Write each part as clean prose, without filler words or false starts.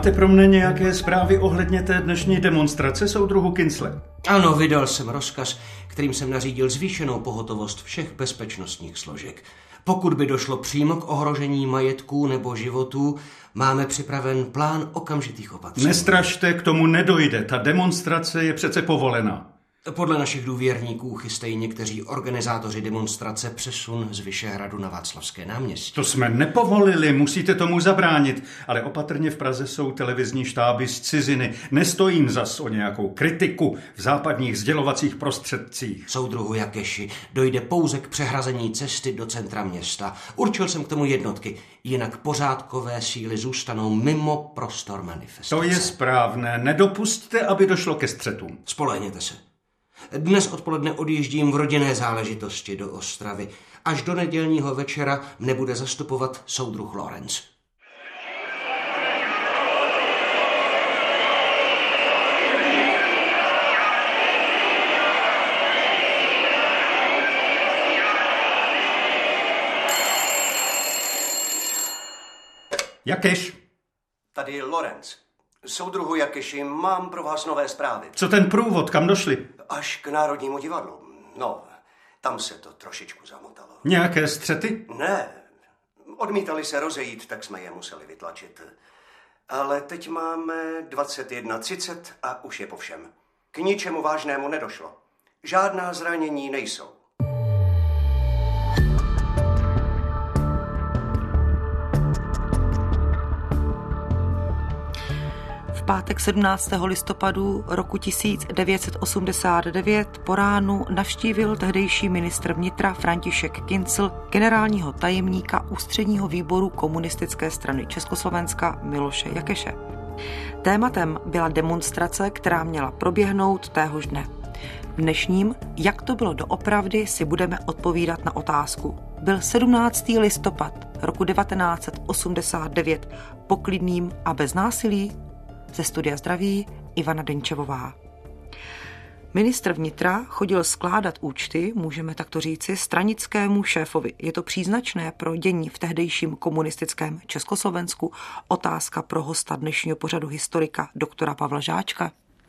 Máte pro mne nějaké zprávy ohledně té dnešní demonstrace soudruhu Kienzle? Ano, vydal jsem rozkaz, kterým jsem nařídil zvýšenou pohotovost všech bezpečnostních složek. Pokud by došlo přímo k ohrožení majetků nebo životů, máme připraven plán okamžitých opatření. Nestrašte, k tomu nedojde. Ta demonstrace je přece povolená. Podle našich důvěrníků chystají někteří organizátoři demonstrace přesun z Vyšehradu na Václavské náměstí. To jsme nepovolili, musíte tomu zabránit. Ale opatrně, v Praze jsou televizní štáby z ciziny. Nestojím zas o nějakou kritiku v západních sdělovacích prostředcích. Soudruhu Jakeši, dojde pouze k přehrazení cesty do centra města. Určil jsem k tomu jednotky, jinak pořádkové síly zůstanou mimo prostor manifestace. To je správné. Nedopusťte, aby došlo ke střetům. Spolehněte se. Dnes odpoledne odjíždím v rodinné záležitosti do Ostravy. Až do nedělního večera mne bude zastupovat soudruh Lorenc. Jakeš? Tady Lorenc. Soudruhu Jakeši, mám pro vás nové zprávy. Co ten průvod, kam došli? Až k Národnímu divadlu. No, tam se to trošičku zamotalo. Nějaké střety? Ne, odmítali se rozejít, tak jsme je museli vytlačit. Ale teď máme 21:30 a už je po všem. K ničemu vážnému nedošlo. Žádná zranění nejsou. V pátek 17. listopadu roku 1989 po ránu navštívil tehdejší ministr vnitra František Kincl generálního tajemníka Ústředního výboru Komunistické strany Československa Miloše Jakeše. Tématem byla demonstrace, která měla proběhnout téhož dne. V dnešním Jak to bylo doopravdy si budeme odpovídat na otázku. Byl 17. listopad roku 1989 poklidným a bez násilí? Ze studia zdraví Ivana Denčevová. Ministr vnitra chodil skládat účty, můžeme takto říci, stranickému šéfovi. Je to příznačné pro dění v tehdejším komunistickém Československu? Otázka pro hosta dnešního pořadu historika doktora Pavla Žáčka.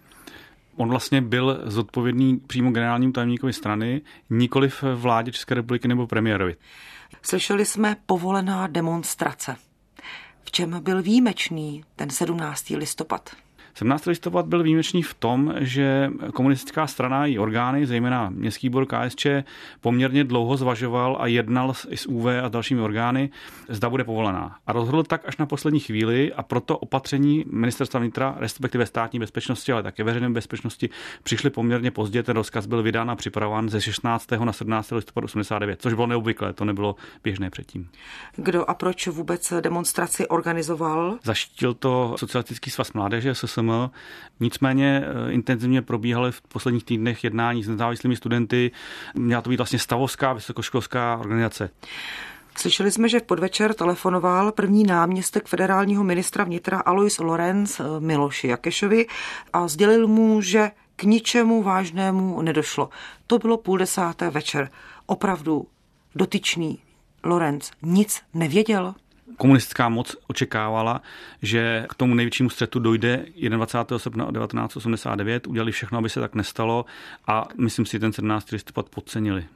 On vlastně byl zodpovědný přímo generálnímu tajemníkovi strany, nikoliv vládě České republiky nebo premiérovi. Slyšeli jsme povolená demonstrace. V čem byl výjimečný ten 17. listopad? 17. listopad byl výjimečný v tom, že komunistická strana a její orgány, zejména Městský sbor KSČ, poměrně dlouho zvažoval a jednal i s ÚV a s dalšími orgány, zda bude povolená. A rozhodl tak až na poslední chvíli a proto opatření ministerstva vnitra, respektive státní bezpečnosti, ale také veřejné bezpečnosti, přišly poměrně pozdě. Ten rozkaz byl vydán a připravován ze 16. na 17. listopadu 89, což bylo neobvyklé, to nebylo běžné předtím. Kdo a proč vůbec demonstraci organizoval? Zaštítil to Socialistický svaz mládeže, SSM. Nicméně intenzivně probíhaly v posledních týdnech jednání s nezávislými studenty. Měla to být vlastně stavovská vysokoškolská organizace. Slyšeli jsme, že v podvečer telefonoval první náměstek federálního ministra vnitra Alois Lorenc Miloši Jakešovi a sdělil mu, že k ničemu vážnému nedošlo. To bylo 9:30 večer. Opravdu dotyčný Lorenc nic nevěděl? Komunistická moc očekávala, že k tomu největšímu střetu dojde 21. srpna 1989. Udělali všechno, aby se tak nestalo a myslím si, ten 17. listopad podcenili.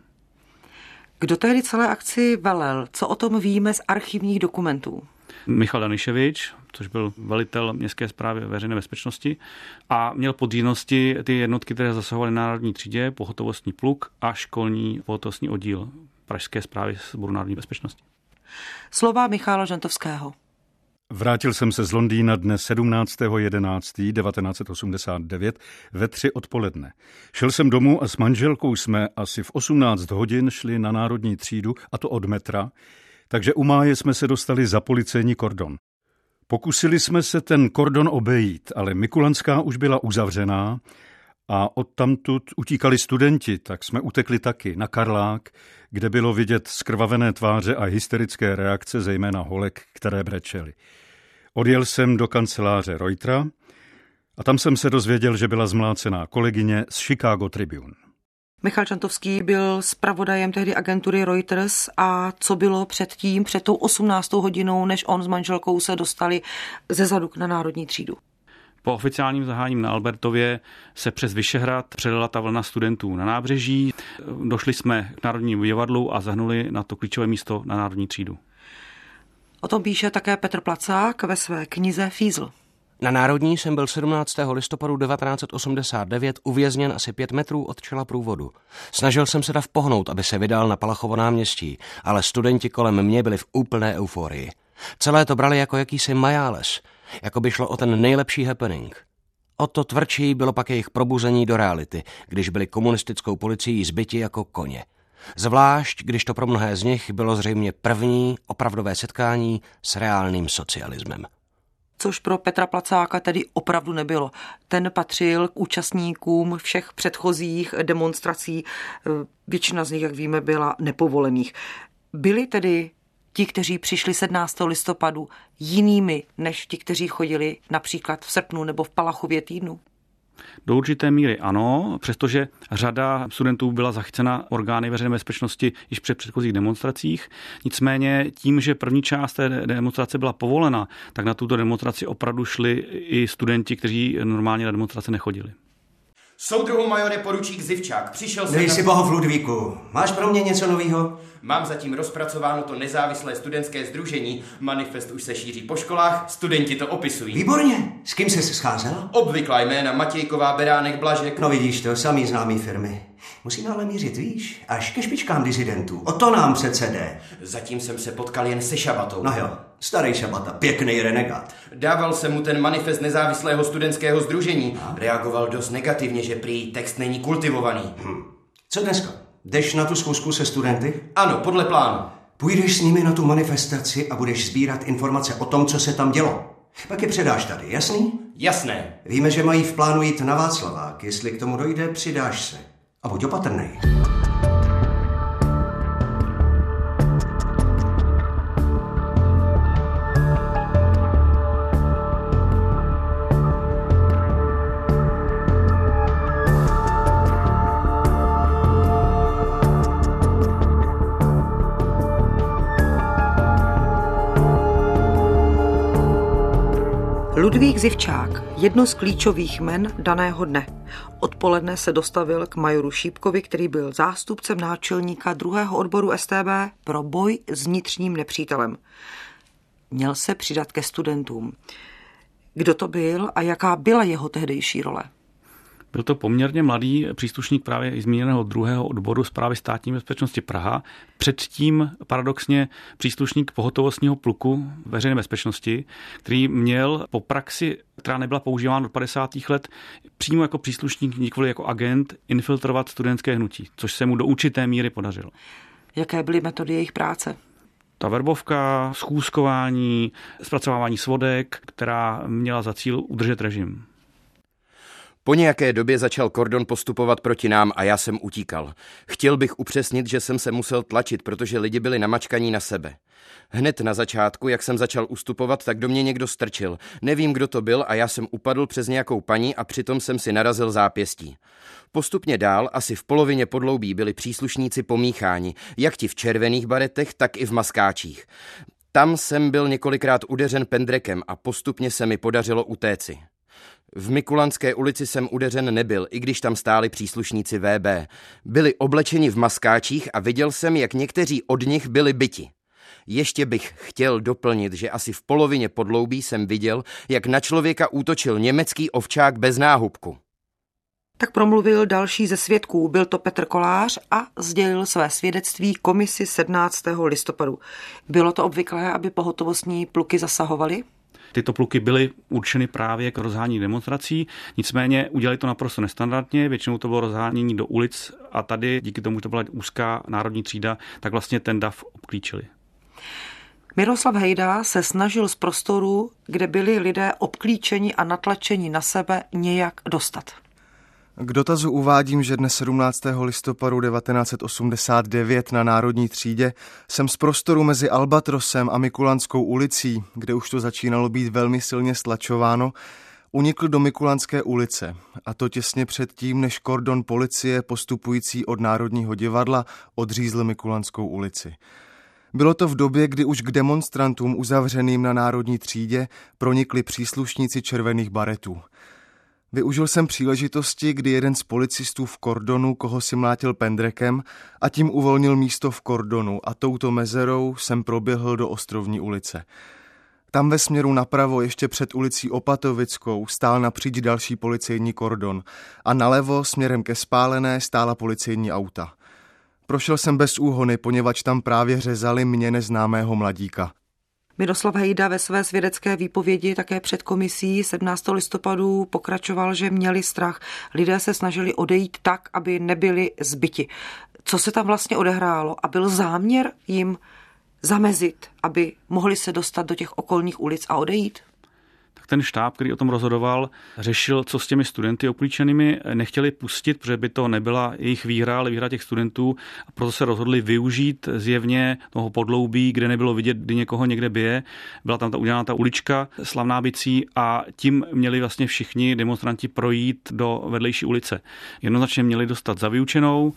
Kdo tehdy celé akci velel? Co o tom víme z archivních dokumentů? Michal Daniševič, což byl velitel Městské správy veřejné bezpečnosti a měl pod dílnosti ty jednotky, které zasahovaly na národní třídě, pohotovostní pluk a školní pohotovostní oddíl Pražské správy sboru národní bezpečnosti. Slova Michala Žantovského. Vrátil jsem se z Londýna dne 17.11.1989 ve 3 odpoledne. Šel jsem domů a s manželkou jsme asi v 18 hodin šli na národní třídu, a to od metra, takže u máje jsme se dostali za policejní kordon. Pokusili jsme se ten kordon obejít, ale Mikulanská už byla uzavřená a odtamtud utíkali studenti, tak jsme utekli taky na Karlák, kde bylo vidět zkrvavené tváře a hysterické reakce, zejména holek, které brečely. Odjel jsem do kanceláře Reutera a tam jsem se dozvěděl, že byla zmlácená kolegyně z Chicago Tribune. Michal Čantovský byl zpravodajem tehdy agentury Reuters a co bylo předtím, před tou 18. hodinou, než on s manželkou se dostali ze zadu na Národní třídu? Po oficiálním zahájením na Albertově se přes Vyšehrad předala ta vlna studentů na nábřeží. Došli jsme k Národnímu divadlu a zahnuli na to klíčové místo na Národní třídu. O tom píše také Petr Placák ve své knize Fízl. Na Národní jsem byl 17. listopadu 1989 uvězněn asi 5 metrů od čela průvodu. Snažil jsem se dav pohnout, aby se vydal na Palachovo náměstí, ale studenti kolem mě byli v úplné euforii. Celé to brali jako jakýsi majáles, jako by šlo o ten nejlepší happening. O to tvrdší bylo pak jejich probuzení do reality, když byli komunistickou policií zbyti jako koně. Zvlášť, když to pro mnohé z nich bylo zřejmě první opravdové setkání s reálným socialismem. Což pro Petra Placáka tedy opravdu nebylo. Ten patřil k účastníkům všech předchozích demonstrací. Většina z nich, jak víme, byla nepovolených. Byli tedy ti, kteří přišli 17. listopadu, jinými než ti, kteří chodili například v srpnu nebo v Palachově týdnu? Do určité míry ano, přestože řada studentů byla zachycena orgány veřejné bezpečnosti již před předchozích demonstracích. Nicméně tím, že první část té demonstrace byla povolena, tak na tuto demonstraci opravdu šli i studenti, kteří normálně na demonstrace nechodili. Soudruhu majore poručík Zivčák, přišel jsem... Dej si bohov, Ludvíku, máš pro mě něco novýho? Mám zatím rozpracováno to nezávislé studentské sdružení, manifest už se šíří po školách, studenti to opisují. Výborně, s kým jsi se scházel? Obvyklá jména Matějková, Beránek, Blažek. No vidíš to, samý známý firmy. Musíme ale mířit, víš, až ke špičkám disidentů. O to nám přece jde. Zatím jsem se potkal jen se Šabatou. No jo, starý Šabata, pěkný renegát. Dával jsem mu ten manifest nezávislého studentského sdružení. Reagoval dost negativně, že prý text není kultivovaný. Co dneska? Jdeš na tu schůzku se studenty? Ano, podle plánu. Půjdeš s nimi na tu manifestaci a budeš sbírat informace o tom, co se tam dělo. Pak je předáš tady, jasný? Jasné. Víme, že mají v plánu jít na Václavák. Jestli k tomu dojde, přidáš se. A buď opatrnej. Ludvík Zivčák, jedno z klíčových jmen daného dne. Odpoledne se dostavil k majoru Šípkovi, který byl zástupcem náčelníka 2. odboru StB pro boj s vnitřním nepřítelem. Měl se přidat ke studentům. Kdo to byl a jaká byla jeho tehdejší role? Byl to poměrně mladý příslušník právě i zmíněného 2. odboru Správy státní bezpečnosti Praha. Předtím paradoxně příslušník pohotovostního pluku veřejné bezpečnosti, který měl po praxi, která nebyla používána od 50. let, přímo jako příslušník, nikoli jako agent, infiltrovat studentské hnutí, což se mu do určité míry podařilo. Jaké byly metody jejich práce? Ta verbovka, schůzkování, zpracovávání svodek, která měla za cíl udržet režim. Po nějaké době začal kordon postupovat proti nám a já jsem utíkal. Chtěl bych upřesnit, že jsem se musel tlačit, protože lidi byli namačkaní na sebe. Hned na začátku, jak jsem začal ustupovat, tak do mě někdo strčil. Nevím, kdo to byl a já jsem upadl přes nějakou paní a přitom jsem si narazil zápěstí. Postupně dál, asi v polovině podloubí, byli příslušníci pomícháni, jak ti v červených baretech, tak i v maskáčích. Tam jsem byl několikrát udeřen pendrekem a postupně se mi podařilo utéci. V Mikulanské ulici jsem udeřen nebyl, i když tam stáli příslušníci VB. Byli oblečeni v maskáčích a viděl jsem, jak někteří od nich byli byti. Ještě bych chtěl doplnit, že asi v polovině podloubí jsem viděl, jak na člověka útočil německý ovčák bez náhubku. Tak promluvil další ze svědků, byl to Petr Kolář a sdělil své svědectví komisi 17. listopadu. Bylo to obvyklé, aby pohotovostní pluky zasahovaly? Tyto pluky byly určeny právě k rozhánění demonstrací, nicméně udělali to naprosto nestandardně, většinou to bylo rozhánění do ulic a tady díky tomu, že to byla úzká národní třída, tak vlastně ten dav obklíčili. Miroslav Hejda se snažil z prostoru, kde byli lidé obklíčeni a natlačeni na sebe, nějak dostat. K dotazu uvádím, že dne 17. listopadu 1989 na Národní třídě jsem z prostoru mezi Albatrosem a Mikulanskou ulicí, kde už to začínalo být velmi silně stlačováno, Unikl do Mikulanské ulice, a to těsně předtím, než kordon policie postupující od Národního divadla odřízl Mikulanskou ulici. Bylo to v době, kdy už k demonstrantům uzavřeným na Národní třídě pronikli příslušníci červených baretů. Využil jsem příležitosti, kdy jeden z policistů v kordonu, koho si mlátil pendrekem, a tím uvolnil místo v kordonu a touto mezerou jsem proběhl do Ostrovní ulice. Tam ve směru napravo ještě před ulicí Opatovickou stál napříč další policejní kordon a nalevo směrem ke Spálené stála policejní auta. Prošel jsem bez úhony, poněvadž tam právě řezali mě neznámého mladíka. Miroslav Hejda ve své svědecké výpovědi také před komisí 17. listopadu pokračoval, že měli strach. Lidé se snažili odejít tak, aby nebyli zbyti. Co se tam vlastně odehrálo a byl záměr jim zamezit, aby mohli se dostat do těch okolních ulic a odejít? Tak ten štáb, který o tom rozhodoval, řešil, co s těmi studenty oklíčenými, nechtěli pustit, protože by to nebyla jejich výhra, ale výhra těch studentů, a proto se rozhodli využít zjevně toho podloubí, kde nebylo vidět, kdy někoho někde bije. Byla tam udělána ta ulička slavná bicí a tím měli vlastně všichni demonstranti projít do vedlejší ulice. Jednoznačně měli dostat za vyučenou.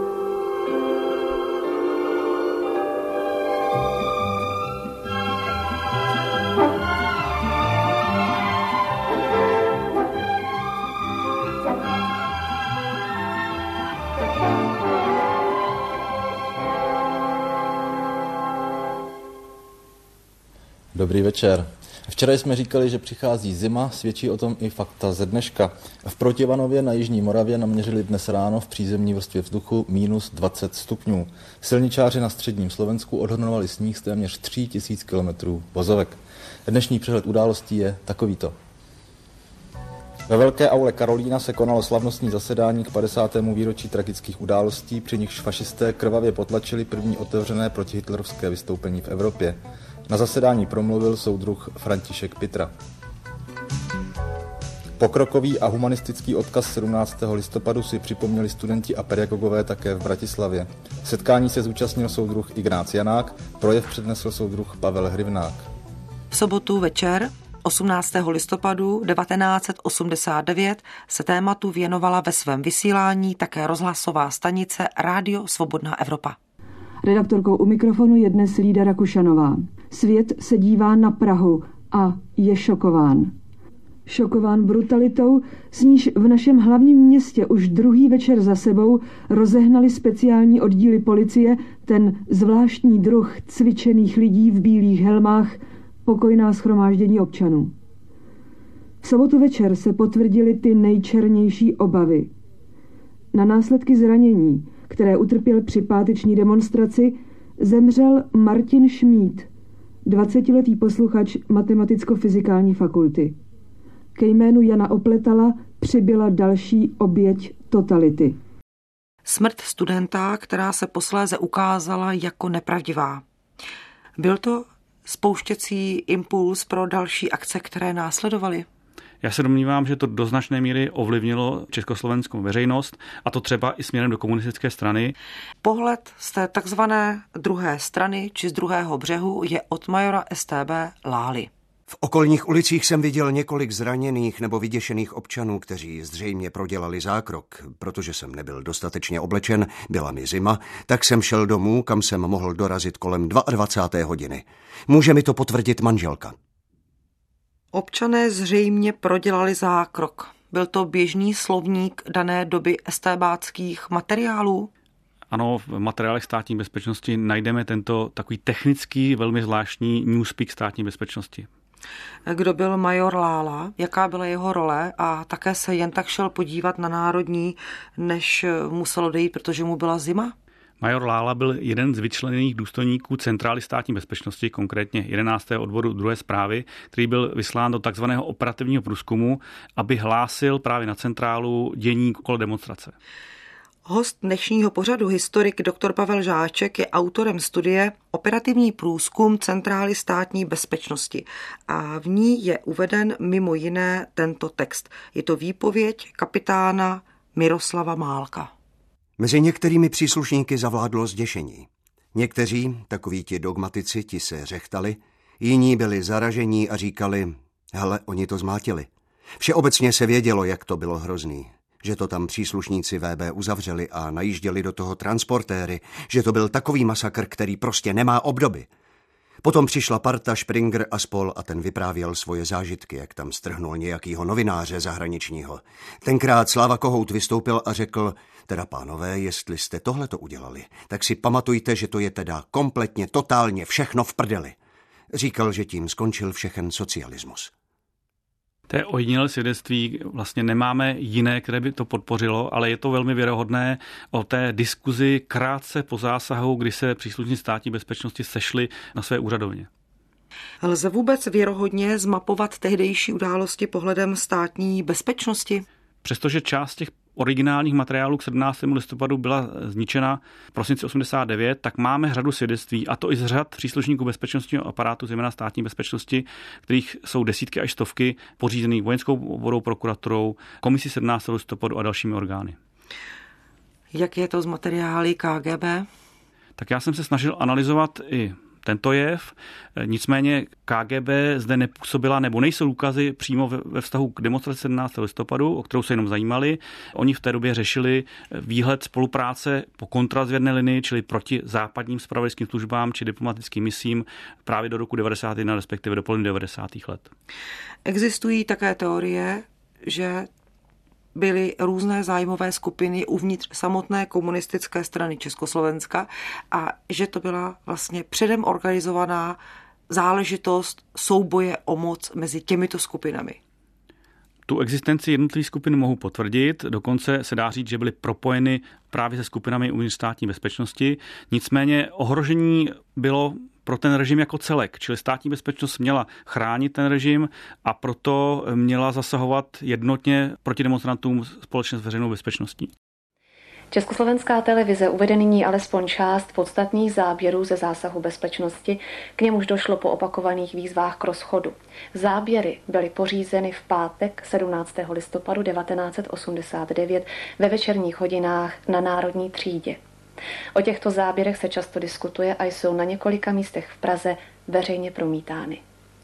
Dobrý večer. Včera jsme říkali, že přichází zima, svědčí o tom i fakta ze dneška. V Protivanově na Jižní Moravě naměřili dnes ráno v přízemní vrstvě vzduchu minus 20 stupňů. Silničáři na středním Slovensku odhodnovali sníh z téměř 3000 kilometrů vozovek. Dnešní přehled událostí je takovýto. Ve Velké aule Karolína se konalo slavnostní zasedání k 50. výročí tragických událostí, při nichž fašisté krvavě potlačili první otevřené protihitlerovské vystoupení v Evropě. Na zasedání promluvil soudruh František Pitra. Pokrokový a humanistický odkaz 17. listopadu si připomněli studenti a pedagogové také v Bratislavě. Setkání se zúčastnil soudruh Ignác Janák, projev přednesl soudruh Pavel Hrivnák. V sobotu večer 18. listopadu 1989 se tématu věnovala ve svém vysílání také rozhlasová stanice Rádio Svobodná Evropa. Redaktorkou u mikrofonu je dnes Lída Rakušanová. Svět se dívá na Prahu a je šokován. Šokován brutalitou, s níž v našem hlavním městě už druhý večer za sebou rozehnali speciální oddíly policie ten zvláštní druh cvičených lidí v bílých helmách, pokojná shromáždění občanů. V sobotu večer se potvrdily ty nejčernější obavy. Na následky zranění, které utrpěl při páteční demonstraci, zemřel Martin Šmíd, 20letý posluchač Matematicko-fyzikální fakulty. Ke jménu Jana Opletala přibyla další oběť totality. Smrt studenta, která se posléze ukázala jako nepravdivá. Byl to spouštěcí impuls pro další akce, které následovaly? Já se domnívám, že to do značné míry ovlivnilo československou veřejnost, a to třeba i směrem do komunistické strany. Pohled z té takzvané druhé strany či z druhého břehu je od majora StB Lály. V okolních ulicích jsem viděl několik zraněných nebo vyděšených občanů, kteří zřejmě prodělali zákrok. Protože jsem nebyl dostatečně oblečen, byla mi zima, tak jsem šel domů, kam jsem mohl dorazit kolem 22. hodiny. Může mi to potvrdit manželka. Občané zřejmě prodělali zákrok. Byl to běžný slovník dané doby estébáckých materiálů? Ano, v materiálech státní bezpečnosti najdeme tento takový technický, velmi zvláštní newspeak státní bezpečnosti. Kdo byl major Lála, jaká byla jeho role a také se jen tak šel podívat na Národní, než musel odejít, protože mu byla zima? Major Lála byl jeden z vyčleněných důstojníků Centrály státní bezpečnosti, konkrétně 11. odboru 2. správy, který byl vyslán do takzvaného operativního průzkumu, aby hlásil právě na centrálu dění okolo demonstrace. Host dnešního pořadu, historik dr. Pavel Žáček, je autorem studie Operativní průzkum Centrály státní bezpečnosti a v ní je uveden mimo jiné tento text. Je to výpověď kapitána Miroslava Málka. Mezi některými příslušníky zavládlo zděšení. Někteří, takoví ti dogmatici, ti se řechtali, jiní byli zaražení a říkali, hele, oni to zmátili. Všeobecně se vědělo, jak to bylo hrozný. Že to tam příslušníci VB uzavřeli a najížděli do toho transportéry, že to byl takový masakr, který prostě nemá obdoby. Potom přišla parta Springer a spol a ten vyprávěl svoje zážitky, jak tam strhnul nějakýho novináře zahraničního. Tenkrát Sláva Kohout vystoupil a řekl, teda pánové, jestli jste tohleto udělali, tak si pamatujte, že to je teda kompletně, totálně všechno v prdeli. Říkal, že tím skončil všechen socialismus. To je ojedinělé svědectví, vlastně nemáme jiné, které by to podpořilo, ale je to velmi věrohodné o té diskuzi krátce po zásahu, kdy se příslušníci státní bezpečnosti sešli na své úřadovně. Lze vůbec věrohodně zmapovat tehdejší události pohledem státní bezpečnosti? Přestože část těch originálních materiálů k 17. listopadu byla zničena v prosinci 89, tak máme řadu svědectví, a to i z řad příslušníků bezpečnostního aparátu, zejména státní bezpečnosti, kterých jsou desítky až stovky, pořízených vojenskou obvodou, prokuraturou, komisí 17. listopadu a dalšími orgány. Jak je to s materiály KGB? Tak já jsem se snažil analyzovat i tento jev, nicméně KGB zde nepůsobila, nebo nejsou důkazy přímo ve vztahu k demonstraci 17. listopadu, o kterou se jenom zajímali. Oni v té době řešili výhled spolupráce po kontrazvědné linii, čili proti západním zpravodajským službám či diplomatickým misím právě do roku 91, respektive do poloviny 90. let. Existují také teorie, že byly různé zájmové skupiny uvnitř samotné komunistické strany Československa a že to byla vlastně předem organizovaná záležitost souboje o moc mezi těmito skupinami. Tu existenci jednotlivých skupin mohu potvrdit, dokonce se dá říct, že byly propojeny právě se skupinami uvnitř státní bezpečnosti, nicméně ohrožení bylo pro ten režim jako celek, čili státní bezpečnost měla chránit ten režim a proto měla zasahovat jednotně proti demonstrantům společně s veřejnou bezpečností. Československá televize uvede nyní alespoň část podstatných záběrů ze zásahu bezpečnosti, k němuž došlo po opakovaných výzvách k rozchodu. Záběry byly pořízeny v pátek 17. listopadu 1989 ve večerních hodinách na Národní třídě. O těchto záběrech se často diskutuje a jsou na několika místech v Praze veřejně promítány.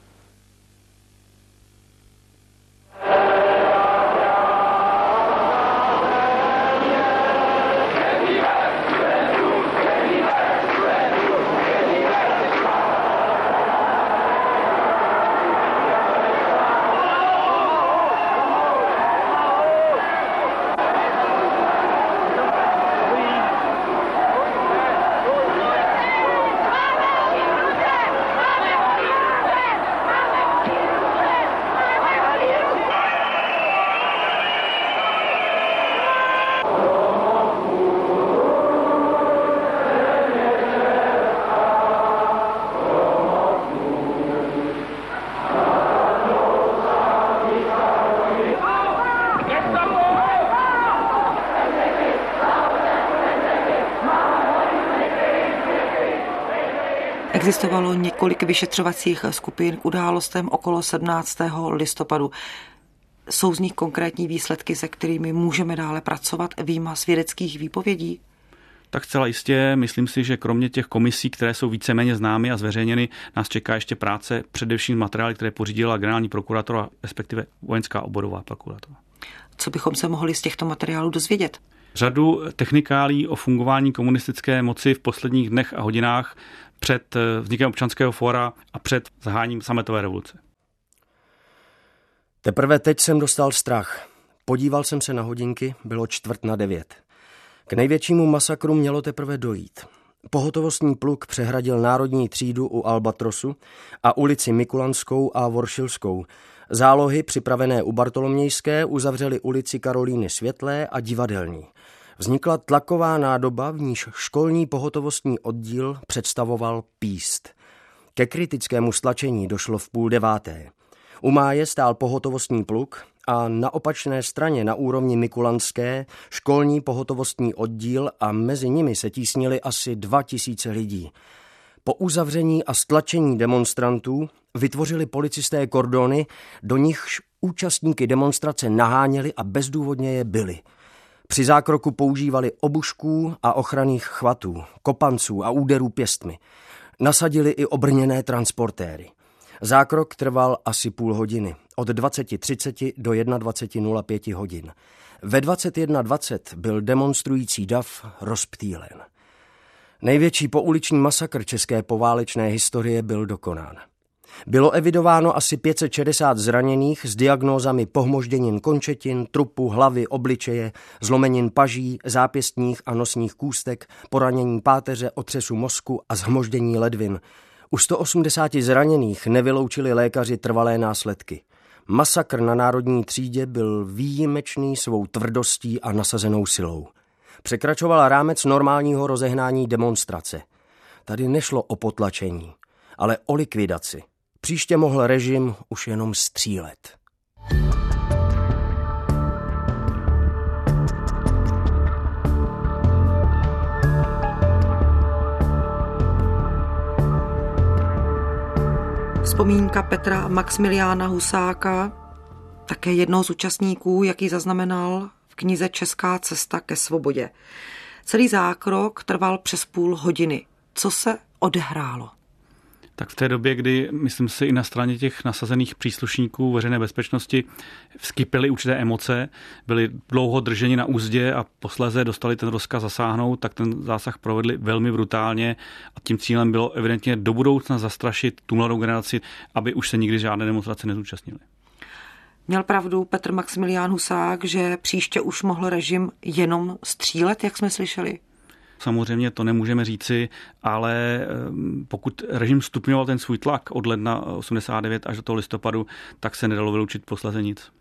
Existovalo několik vyšetřovacích skupin k událostem okolo 17. listopadu. Jsou z nich konkrétní výsledky, se kterými můžeme dále pracovat vyjma svědeckých výpovědí? Tak zcela jistě, myslím si, že kromě těch komisí, které jsou víceméně známy a zveřejněny, nás čeká ještě práce především materiály, které pořídila generální prokuratura, respektive vojenská obvodová prokuratura. Co bychom se mohli z těchto materiálů dozvědět? Řadu technikálí o fungování komunistické moci v posledních dnech a hodinách před vznikem občanského fóra a před zahájením sametové revoluce. Teprve teď jsem dostal strach. Podíval jsem se na hodinky, bylo 8:45. K největšímu masakru mělo teprve dojít. Pohotovostní pluk přehradil Národní třídu u Albatrosu a ulici Mikulanskou a Voršilskou. Zálohy připravené u Bartolomějské uzavřely ulici Karolíny Světlé a Divadelní. Vznikla tlaková nádoba, v níž školní pohotovostní oddíl představoval píst. Ke kritickému stlačení došlo v 8:30. U máje stál pohotovostní pluk a na opačné straně na úrovni Mikulanské školní pohotovostní oddíl a mezi nimi se tísnili asi 2000 lidí. Po uzavření a stlačení demonstrantů vytvořili policisté kordony, do nichž účastníky demonstrace naháněli a bezdůvodně je bili. Při zákroku používali obušků a ochranných chvatů, kopanců a úderů pěstmi. Nasadili i obrněné transportéry. Zákrok trval asi půl hodiny, od 20:30 do 21:05 hodin. Ve 21:20 byl demonstrující dav rozptýlen. Největší pouliční masakr české poválečné historie byl dokonán. Bylo evidováno asi 560 zraněných s diagnózami pohmožděnin končetin, trupu, hlavy, obličeje, zlomenin paží, zápěstních a nosních kůstek, poranění páteře, otřesu mozku a zhmoždění ledvin. U 180 zraněných nevyloučili lékaři trvalé následky. Masakr na Národní třídě byl výjimečný svou tvrdostí a nasazenou silou. Překračoval rámec normálního rozehnání demonstrace. Tady nešlo o potlačení, ale o likvidaci. Příště mohl režim už jenom střílet. Vzpomínka Petra Maxmiliána Husáka, také jednoho z účastníků, jaký zaznamenal v knize Česká cesta ke svobodě. Celý zákrok trval přes půl hodiny. Co se odehrálo? Tak v té době, kdy, myslím si, i na straně těch nasazených příslušníků veřejné bezpečnosti vskypily určité emoce, byli dlouho drženi na úzdě a posléze dostali ten rozkaz zasáhnout, tak ten zásah provedli velmi brutálně a tím cílem bylo evidentně do budoucna zastrašit tu mladou generaci, aby už se nikdy žádné demonstrace nezúčastnili. Měl pravdu Petr Maxmilián Husák, že příště už mohl režim jenom střílet, jak jsme slyšeli? Samozřejmě to nemůžeme říci, ale pokud režim stupňoval ten svůj tlak od ledna 89 až do toho listopadu, tak se nedalo vyloučit posléze nic.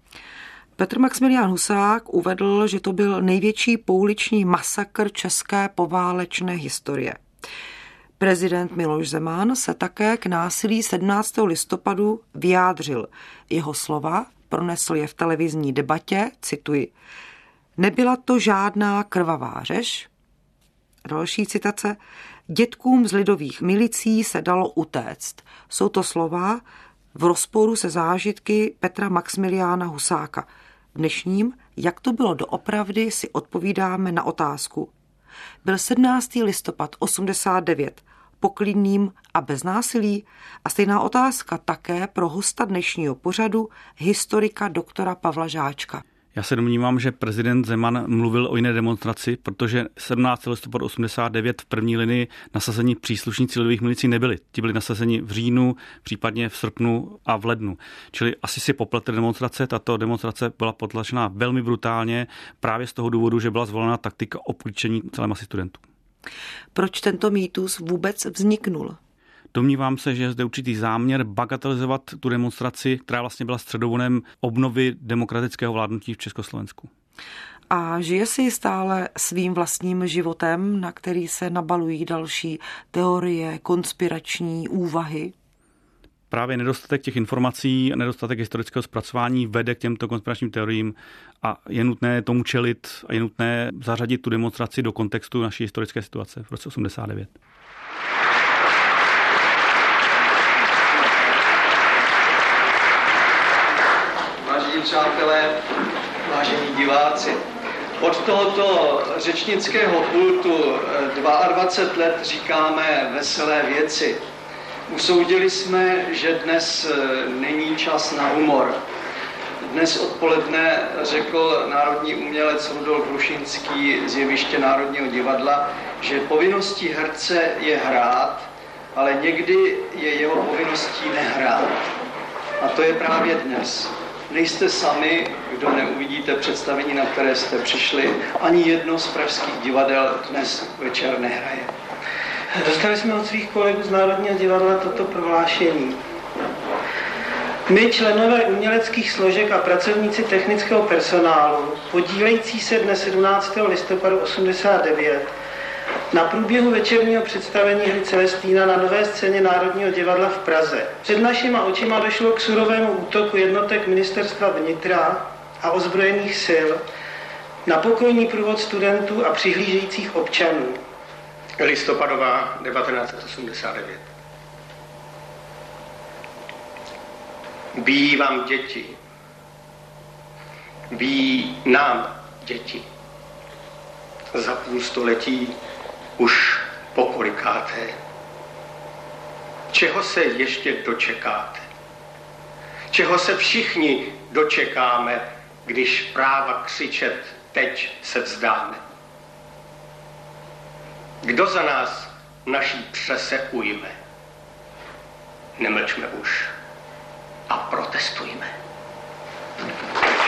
Petr Maxmilián Husák uvedl, že to byl největší pouliční masakr české poválečné historie. Prezident Miloš Zeman se také k násilí 17. listopadu vyjádřil. Jeho slova pronesl je v televizní debatě, cituji: "Nebyla to žádná krvavá řež." Další citace: "Dětkům z lidových milicí se dalo utéct." Jsou to slova v rozporu se zážitky Petra Maxmiliána Husáka. V dnešním Jak to bylo doopravdy si odpovídáme na otázku: byl 17. listopad 89 poklidným a bez násilí? A stejná otázka také pro hosta dnešního pořadu, historika doktora Pavla Žáčka. Já se domnívám, že prezident Zeman mluvil o jiné demonstraci, protože 17. listopadu 89 v první linii nasazení příslušníci lidových milicí nebyli. Ti byli nasazeni v říjnu, případně v srpnu a v lednu. Čili asi si popletli demonstrace. Tato demonstrace byla potlačena velmi brutálně právě z toho důvodu, že byla zvolena taktika obklíčení celé masy studentů. Proč tento mýtus vůbec vzniknul? Domnívám se, že je zde určitý záměr bagatelizovat tu demonstraci, která vlastně byla středovodem obnovy demokratického vládnutí v Československu. A žije si stále svým vlastním životem, na který se nabalují další teorie, konspirační úvahy? Právě nedostatek těch informací a nedostatek historického zpracování vede k těmto konspiračním teoriím a je nutné tomu čelit a je nutné zařadit tu demonstraci do kontextu naší historické situace v roce 89. Vážení přátelé, vážení diváci, od tohoto řečnického pultu 22 let říkáme veselé věci. Usoudili jsme, že dnes není čas na humor. Dnes odpoledne řekl národní umělec Rudolf Hrušinský z jeviště Národního divadla, že povinností herce je hrát, ale někdy je jeho povinností nehrát. A to je právě dnes. Nejste sami, kdo neuvidíte představení, na které jste přišli. Ani jedno z pražských divadel dnes večer nehraje. Dostali jsme od svých kolegů z Národního divadla toto prohlášení. My, členové uměleckých složek a pracovníci technického personálu, podílející se dne 17. listopadu 89 na průběhu večerního představení hry Celestína na Nové scéně Národního divadla v Praze. Před našima očima došlo k surovému útoku jednotek ministerstva vnitra a ozbrojených sil na pokojný průvod studentů a přihlížejících občanů. Listopadová 1989. Ví vám děti. Ví nám děti. Za půl století už pokolikáté. Čeho se ještě dočekáte? Čeho se všichni dočekáme, když práva křičet teď se vzdáme? Kdo za nás naší přese ujme? Nemlčme už a protestujme.